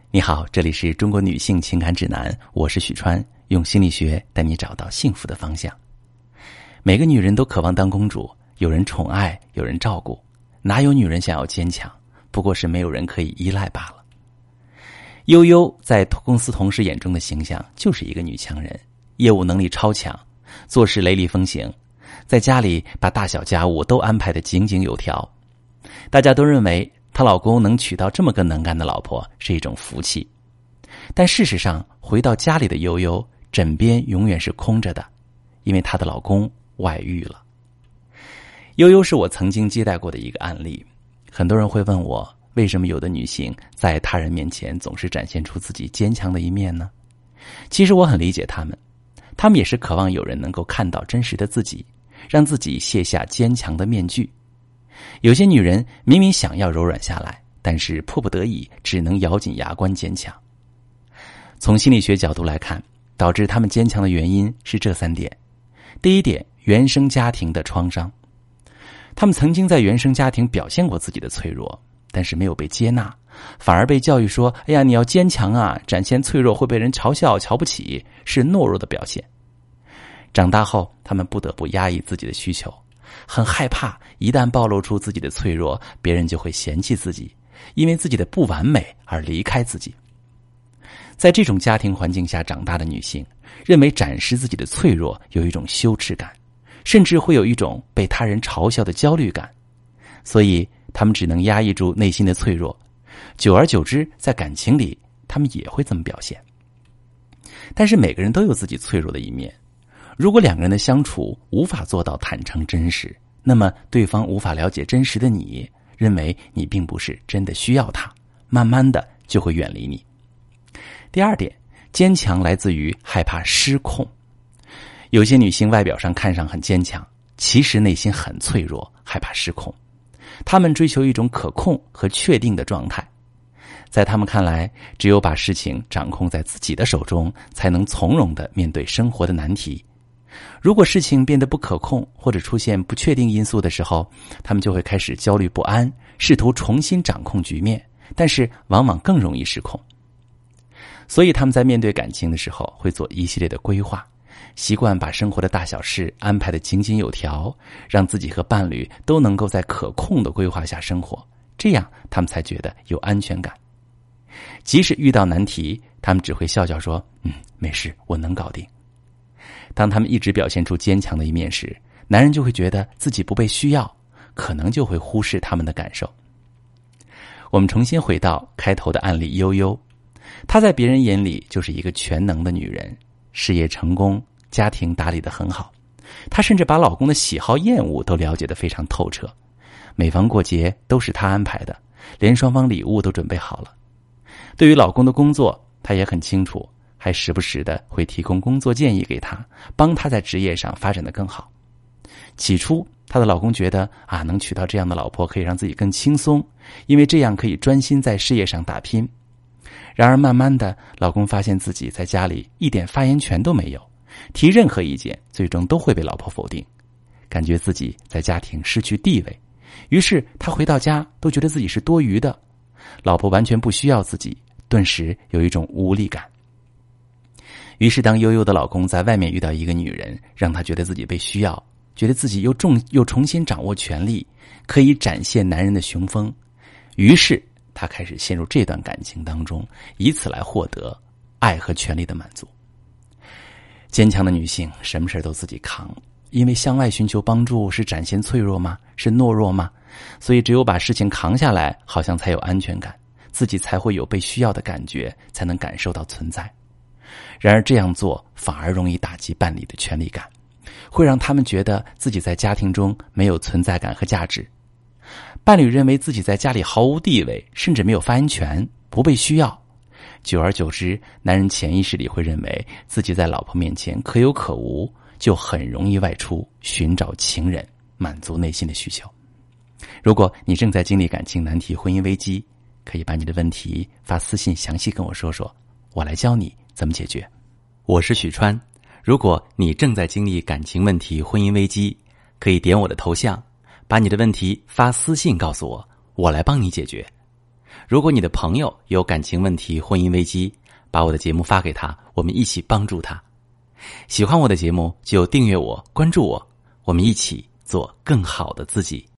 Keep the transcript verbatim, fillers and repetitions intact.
你好，这里是中国女性情感指南，我是许川，用心理学带你找到幸福的方向。每个女人都渴望当公主，有人宠爱，有人照顾，哪有女人想要坚强？不过是没有人可以依赖罢了。悠悠在公司同事眼中的形象就是一个女强人，业务能力超强，做事雷厉风行，在家里把大小家务都安排得井井有条。大家都认为她老公能娶到这么个能干的老婆是一种福气，但事实上回到家里的悠悠枕边永远是空着的，因为她的老公外遇了。悠悠是我曾经接待过的一个案例，很多人会问我，为什么有的女性在他人面前总是展现出自己坚强的一面呢？其实我很理解她们，她们也是渴望有人能够看到真实的自己，让自己卸下坚强的面具。有些女人明明想要柔软下来，但是迫不得已只能咬紧牙关坚强。从心理学角度来看，导致她们坚强的原因是这三点。第一点，原生家庭的创伤。她们曾经在原生家庭表现过自己的脆弱，但是没有被接纳，反而被教育说，哎呀，你要坚强啊，展现脆弱会被人嘲笑瞧不起，是懦弱的表现。长大后，她们不得不压抑自己的需求，很害怕一旦暴露出自己的脆弱，别人就会嫌弃自己，因为自己的不完美而离开自己。在这种家庭环境下长大的女性，认为展示自己的脆弱有一种羞耻感，甚至会有一种被他人嘲笑的焦虑感，所以她们只能压抑住内心的脆弱，久而久之，在感情里她们也会这么表现。但是每个人都有自己脆弱的一面，如果两个人的相处无法做到坦诚真实，那么对方无法了解真实的你，认为你并不是真的需要他，慢慢的就会远离你。第二点，坚强来自于害怕失控。有些女性外表上看上很坚强，其实内心很脆弱，害怕失控。她们追求一种可控和确定的状态，在她们看来，只有把事情掌控在自己的手中，才能从容地面对生活的难题。如果事情变得不可控，或者出现不确定因素的时候，他们就会开始焦虑不安，试图重新掌控局面，但是往往更容易失控。所以他们在面对感情的时候，会做一系列的规划，习惯把生活的大小事安排得井井有条，让自己和伴侣都能够在可控的规划下生活，这样他们才觉得有安全感。即使遇到难题，他们只会笑笑说，嗯，没事，我能搞定。当他们一直表现出坚强的一面时，男人就会觉得自己不被需要，可能就会忽视他们的感受。我们重新回到开头的案例悠悠，她在别人眼里就是一个全能的女人，事业成功，家庭打理得很好，她甚至把老公的喜好厌恶都了解得非常透彻，每逢过节都是她安排的，连双方礼物都准备好了。对于老公的工作，她也很清楚，还时不时的会提供工作建议给他，帮他在职业上发展得更好。起初她的老公觉得啊，能娶到这样的老婆可以让自己更轻松，因为这样可以专心在事业上打拼。然而慢慢的，老公发现自己在家里一点发言权都没有，提任何意见最终都会被老婆否定，感觉自己在家庭失去地位，于是他回到家都觉得自己是多余的，老婆完全不需要自己，顿时有一种无力感。于是当悠悠的老公在外面遇到一个女人，让他觉得自己被需要，觉得自己又重又重新掌握权力，可以展现男人的雄风，于是他开始陷入这段感情当中，以此来获得爱和权力的满足。坚强的女性什么事都自己扛，因为向外寻求帮助是展现脆弱吗？是懦弱吗？所以只有把事情扛下来，好像才有安全感，自己才会有被需要的感觉，才能感受到存在。然而这样做反而容易打击伴侣的权力感，会让他们觉得自己在家庭中没有存在感和价值。伴侣认为自己在家里毫无地位，甚至没有发言权，不被需要。久而久之，男人潜意识里会认为自己在老婆面前可有可无，就很容易外出寻找情人，满足内心的需求。如果你正在经历感情难题、婚姻危机，可以把你的问题发私信详细跟我说说，我来教你怎么解决。我是许川，如果你正在经历感情问题、婚姻危机，可以点我的头像，把你的问题发私信告诉我，我来帮你解决。 如果你的朋友有感情问题、婚姻危机，把我的节目发给他，我们一起帮助他。喜欢我的节目就订阅我、关注我，我们一起做更好的自己。